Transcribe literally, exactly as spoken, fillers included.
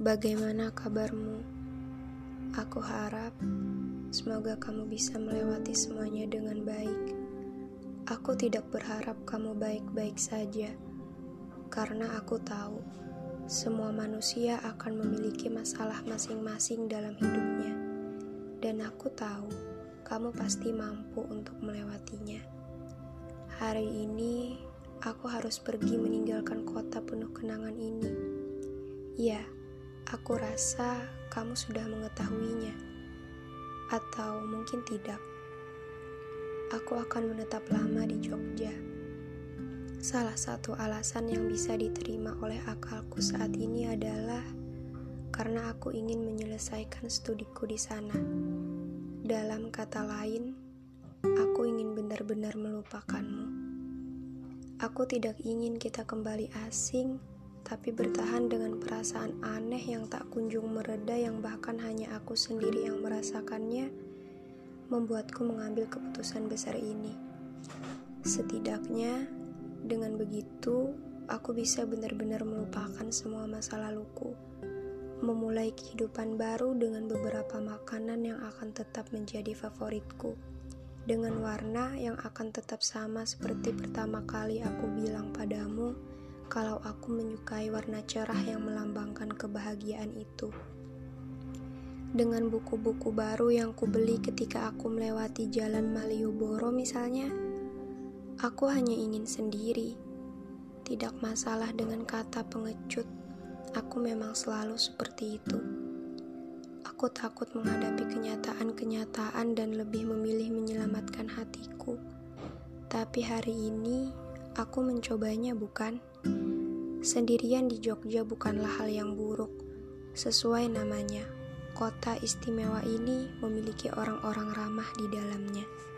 Bagaimana kabarmu? Aku harap semoga kamu bisa melewati semuanya dengan baik. Aku tidak berharap kamu baik-baik saja, karena aku tahu semua manusia akan memiliki masalah masing-masing dalam hidupnya, dan aku tahu kamu pasti mampu untuk melewatinya. Hari ini aku harus pergi meninggalkan kota penuh kenangan ini. Ya, aku rasa kamu sudah mengetahuinya, atau mungkin tidak. Aku akan menetap lama di Jogja. Salah satu alasan yang bisa diterima oleh akalku saat ini adalah karena aku ingin menyelesaikan studiku di sana. Dalam kata lain, aku ingin benar-benar melupakanmu. Aku tidak ingin kita kembali asing, tapi bertahan dengan perasaan aneh yang tak kunjung mereda, yang bahkan hanya aku sendiri yang merasakannya, membuatku mengambil keputusan besar ini. Setidaknya, dengan begitu, aku bisa benar-benar melupakan semua masa laluku, memulai kehidupan baru dengan beberapa makanan yang akan tetap menjadi favoritku, dengan warna yang akan tetap sama seperti pertama kali aku bilang padamu kalau aku menyukai warna cerah yang melambangkan kebahagiaan itu. Dengan buku-buku baru yang kubeli ketika aku melewati jalan Malioboro misalnya, aku hanya ingin sendiri. Tidak masalah dengan kata pengecut, aku memang selalu seperti itu. Aku takut menghadapi kenyataan-kenyataan dan lebih memilih menyelamatkan hatiku. Tapi hari ini, aku mencobanya, bukan? Sendirian di Jogja bukanlah hal yang buruk. Sesuai namanya, kota istimewa ini memiliki orang-orang ramah di dalamnya.